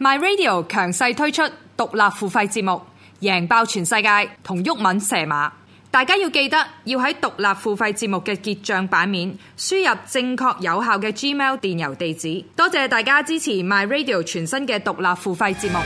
My Radio 強勢推出獨立付費節目，贏爆全世界同毓民蛇馬。大家要記得要喺獨立付費節目嘅結帳版面輸入正確有效嘅 Gmail 電郵地址。多謝大家支持 My Radio 全新嘅獨立付費節目。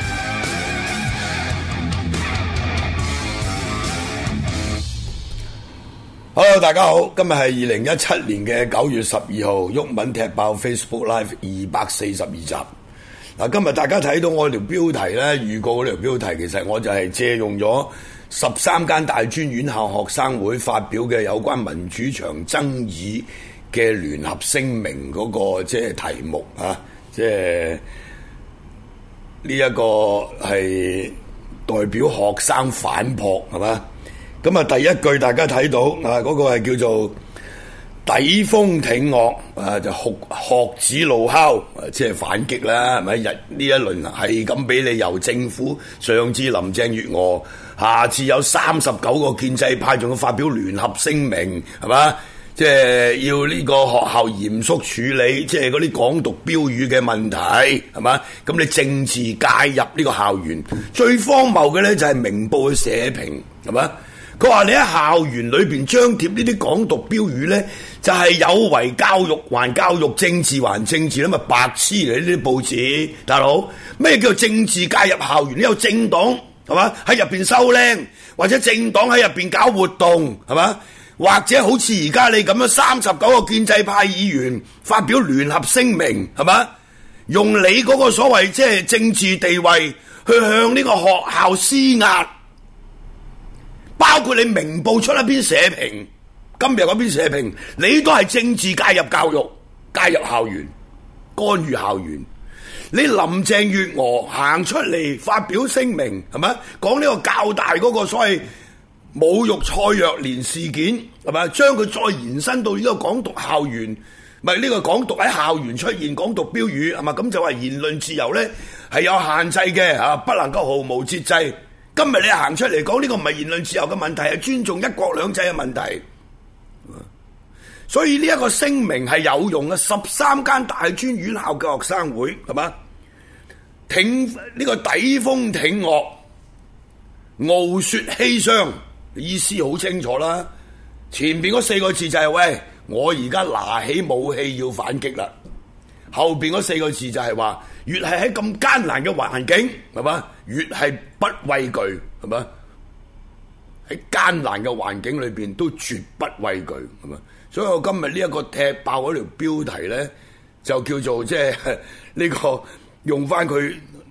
Hello， 大家好，今日係2017年嘅9月12號，毓民踢爆 Facebook Live 242集。嗱，今日大家睇到我條標題咧，預告嗰條標題，其實我就係借用咗13間大專院校學生會發表嘅有關民主牆爭議嘅聯合聲明嗰個即係題目啊，即係呢一個係代表學生反駁係嘛？咁啊，第一句大家睇到啊，嗰個係叫做抵風挺惡啊，就學子怒敲，即係反擊啦，係咪？呢一輪係咁俾你由政府上至林鄭月娥，下至有39個建制派，仲要發表聯合聲明，係嘛？即係要呢個學校嚴肅處理，即係嗰啲港獨標語嘅問題，係嘛？咁你政治介入呢個校園，最荒謬嘅咧就係明報嘅社評，係嘛？佢話你喺校園裏邊張貼呢啲港獨標語咧，就係有違教育還教育，政治還政治啦，咪白痴嚟呢啲報紙，大佬咩叫政治介入校園？有政黨係嘛喺入邊收靚，或者政黨喺入邊搞活動係嘛，或者好似而家你咁樣39個建制派議員發表聯合聲明係嘛，用你嗰個所謂即係政治地位去向呢個學校施壓。包括你明報出一篇社評，今日嗰篇社評，你都係政治介入教育、介入校園、干預校園。你林鄭月娥行出嚟發表聲明，係咪講呢個較大嗰個所謂侮辱蔡若蓮事件，係咪將佢再延伸到呢個港獨校園，咪呢個港獨喺校園出現港獨標語，係咪咁就話言論自由咧係有限制嘅嚇，不能夠毫無節制。今日你行出嚟講呢個唔係言論自由嘅問題，係尊重一國兩制嘅問題。所以呢一個聲明係有用嘅，13間大專院校嘅學生會係嘛，挺呢個抵風挺惡，傲雪悽傷，意思好清楚啦。前邊嗰4個字就係喂，我而家拿起武器要反擊啦。後邊嗰4個字就係話，越係喺咁艱難嘅環境，係嘛，越係不畏懼，係嘛，喺艱難嘅環境裏邊都絕不畏懼，係嘛。所以我今日呢一個踢爆嗰條標題咧，就叫做即係呢個用翻佢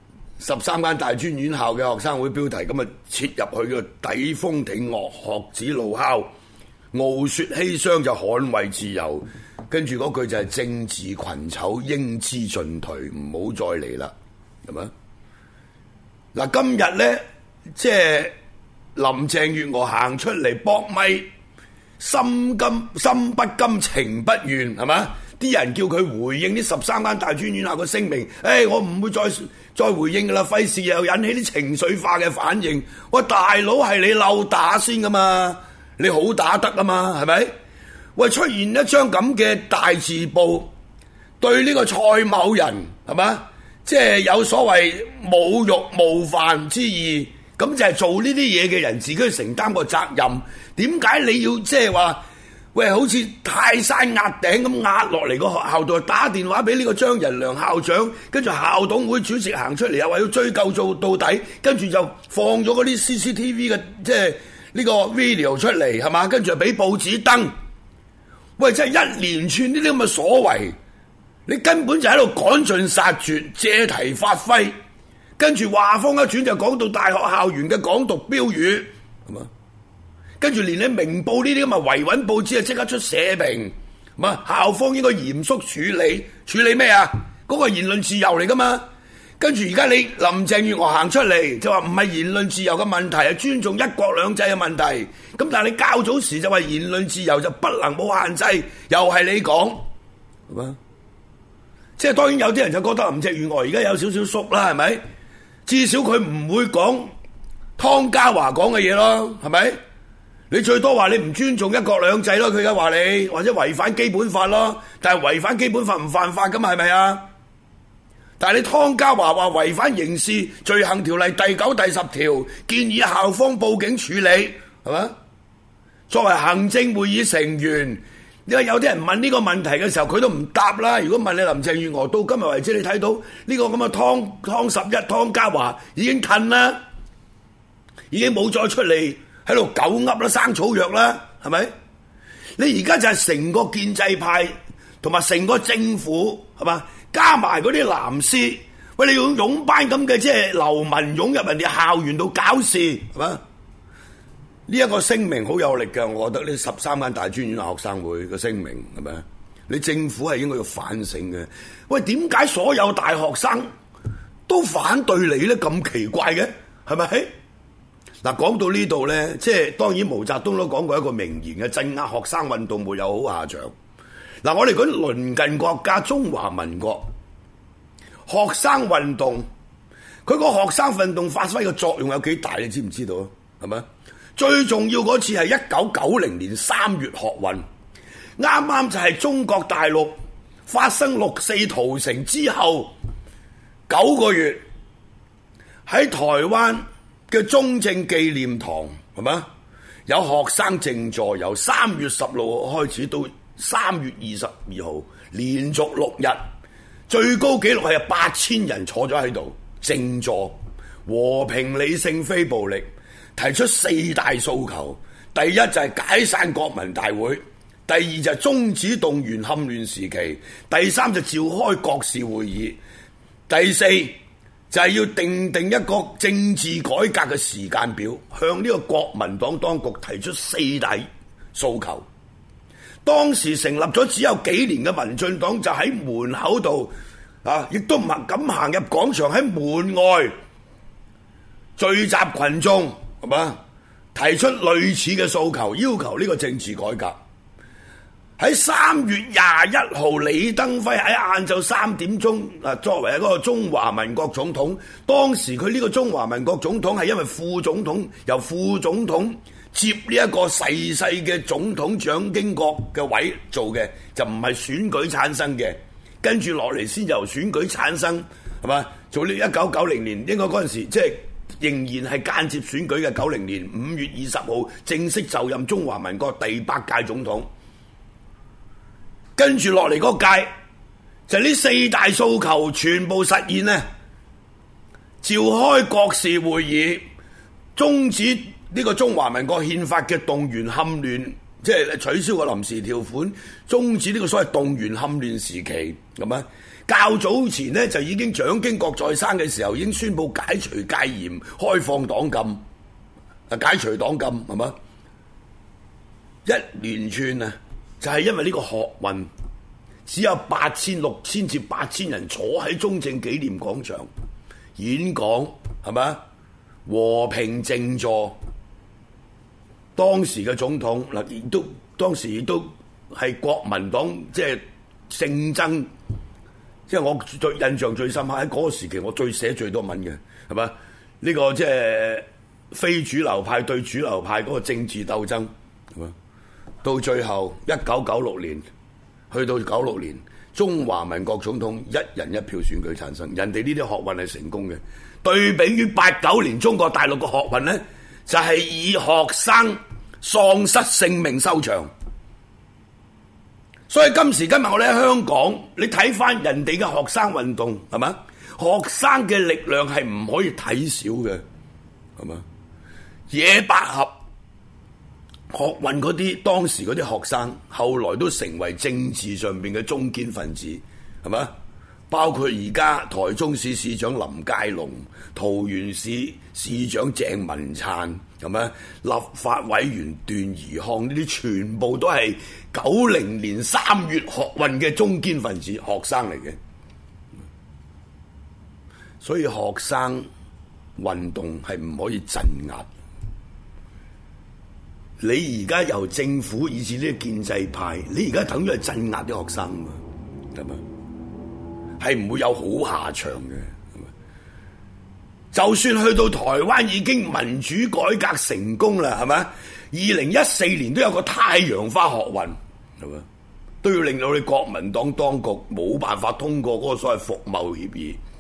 13間大專院校嘅學生會標題，咁啊切入去嘅抵風挺惡，學子怒敲，傲雪悽傷就捍衛自由。跟住嗰句就係政治群醜應知進退，唔好再嚟啦，係咪？嗱，今日咧，即係林鄭月娥行出嚟搏咪，心不甘情不願，係咪？啲人叫佢回應呢13間大專院校嘅聲明，我唔會再回應噶啦，費事又引起啲情緒化嘅反應。喂，大佬係你漏打先噶嘛，你好打得啊嘛，係咪？喂，出現一張咁嘅大字報，對呢個蔡某人係嘛，即係有所謂侮辱冒犯之意，咁就係做呢啲嘢嘅人自己去承擔個責任。點解你要即係話，喂，好似泰山壓頂咁壓落嚟個學校度，打電話俾呢個張仁良校長，跟住校董會主席行出嚟又話要追究做到底，跟住就放咗嗰啲 CCTV 嘅即係呢個 video 出嚟係嘛，跟住就俾報紙登。喂，真係一連串呢啲咁嘅所為，你根本就喺度趕盡殺絕，借題發揮，跟住話風一轉就講到大學校園嘅港獨標語，係嘛？跟住連你明報呢啲咁嘅維穩報紙啊，即刻出社評，係嘛？校方應該嚴肅處理咩啊？嗰個言論自由嚟噶嘛？跟住而家你林鄭月娥行出嚟就話唔係言論自由嘅問題，係尊重一國兩制嘅問題。咁但係你較早時就話言論自由就不能冇限制，又係你講，係嘛？即係當然有啲人就覺得林鄭月娥而家有少少縮啦，係咪？至少佢唔會講湯家驊講嘅嘢咯，係咪？你最多話你唔尊重一國兩制咯，佢而家話你或者違反基本法咯，但係違反基本法唔犯法㗎嘛，係咪啊？ 但係你湯家驊話違反刑事罪行條例第9、第10條，建議校方報警處理，係嘛？作為行政會議成員，因為有啲人問呢個問題嘅時候，佢都唔答啦。如果問你林鄭月娥，到今日為止，你睇到呢個咁嘅湯11湯家驊已經褪啦，已經冇再出嚟喺度狗噏啦、生草藥啦，係咪？你而家就係成個建制派同埋成個政府，係嘛？加埋嗰啲藍絲，喂，你用擁班咁嘅即係流民湧入人哋校園度搞事，係嘛？呢一個聲明好有力嘅，我覺得呢13間大專院校學生會嘅聲明係咪？你政府係應該要反省嘅。喂，點解所有大學生都反對你咧？咁奇怪嘅，係咪？嗱，講到呢度咧，即係當然毛澤東都講過一個名言嘅，鎮壓學生運動沒有好下場。嗱，我哋講鄰近國家中華民國學生運動，佢個學生運動發揮嘅作用有幾大？你知唔知道啊？係咪？最重要嗰次係1990年3月學運，啱啱就係中國大陸發生6四屠城之後9個月，喺台灣嘅中正紀念堂，係咪？有學生靜坐，由3月16號開始到3月22號，連續6日，最高紀錄係8000人坐咗喺度靜坐，和平理性非暴力，提出4大訴求。第一就係解散國民大會，第二就係終止動員戡亂時期，第三就召開國事會議，第四就係要定一個政治改革嘅時間表，向呢個國民黨當局提出4大訴求。當時成立咗只有幾年嘅民進黨就喺門口度亦都唔敢行入廣場，喺門外聚集群眾，係嘛？提出類似嘅訴求，要求呢個政治改革。喺3月21號，李登輝喺晏晝3點鐘，作為一個中華民國總統，當時佢呢個中華民國總統係因為副總統由副總統接呢一個逝世嘅總統蔣經國嘅位做嘅，就唔係選舉產生嘅。跟住落嚟先由選舉產生，係嘛？做呢1990年，應該嗰陣時即係仍然係間接選舉嘅90年5月20號正式就任中華民國第8屆總統。跟住落嚟嗰屆就呢4大訴求全部實現呢，召開國事會議，終止呢個中華民國憲法嘅動員戡亂，即係取消個臨時條款，終止呢個所謂動員戡亂時期，咁啊。較早前呢，就已經蔣經國在生嘅時候已經宣布解除戒嚴、開放黨禁，解除黨禁，係嘛？一連串啊，就係因為呢個學運，只有6000至8000人坐喺中正紀念廣場演講，係嘛？和平靜坐。當時嘅總統當時亦都係國民黨即係勝爭。即係我最印象最深刻喺嗰個時期，我寫最多文嘅係嘛？呢個即係非主流派對主流派嗰個政治鬥爭係嘛？到最後1996年去到96年，中華民國總統1人1票選舉產生，人哋呢啲學運係成功嘅。對比於89年中國大陸嘅學運呢，就係以學生喪失性命收場。所以今時今日我哋喺香港，你睇翻人哋嘅學生運動係嘛？學生嘅力量係唔可以睇小嘅，係嘛？野百合學運嗰啲當時嗰啲學生，後來都成為政治上邊嘅中堅分子，係嘛？包括而家台中市市長林佳龍、桃園市市長鄭文燦，係咪？立法委員段宜康，呢啲全部都係90年3月學運嘅中堅分子學生嚟嘅。所以學生運動係唔可以鎮壓。你而家由政府以至呢個建制派，你而家等於係鎮壓啲學生嘛，係咪？係唔會有好下場嘅。就算去到台灣已經民主改革成功啦，係咪？2014年都有個太陽花學運，係咪？都要令到你國民黨當局冇辦法通過嗰個所謂服貿協議。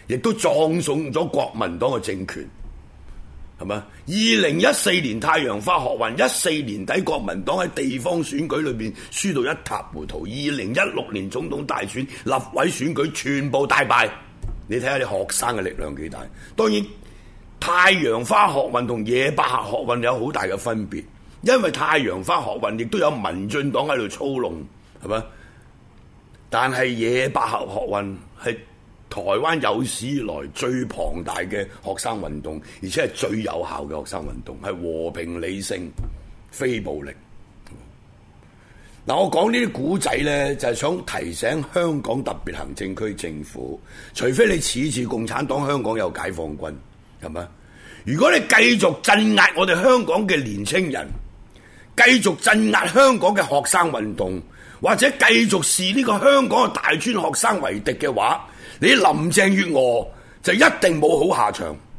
亦都葬送咗國民黨嘅政權，係嘛？2014年太陽花學運，14年底國民黨喺地方選舉裏邊輸到一塌糊塗，2016年總統大選、立委選舉全部大敗。你睇下啲學生嘅力量幾大？當然，太陽花學運同野百合學運有好大嘅分別，因為太陽花學運亦都有民進黨喺度操弄，係嘛？但係野百合學運係台灣有史以來最龐大嘅學生運動，而且係最有效嘅學生運動，係和平理性、非暴力。嗱，我講呢啲古仔呢，就係想提醒香港特別行政區政府，除非你恃住共產黨香港有解放軍，係咪？如果你繼續鎮壓我哋香港嘅年青人，繼續鎮壓香港嘅學生運動，或者繼續視呢個香港嘅大專學生為敵嘅話，你林鄭月娥就一定冇好下場。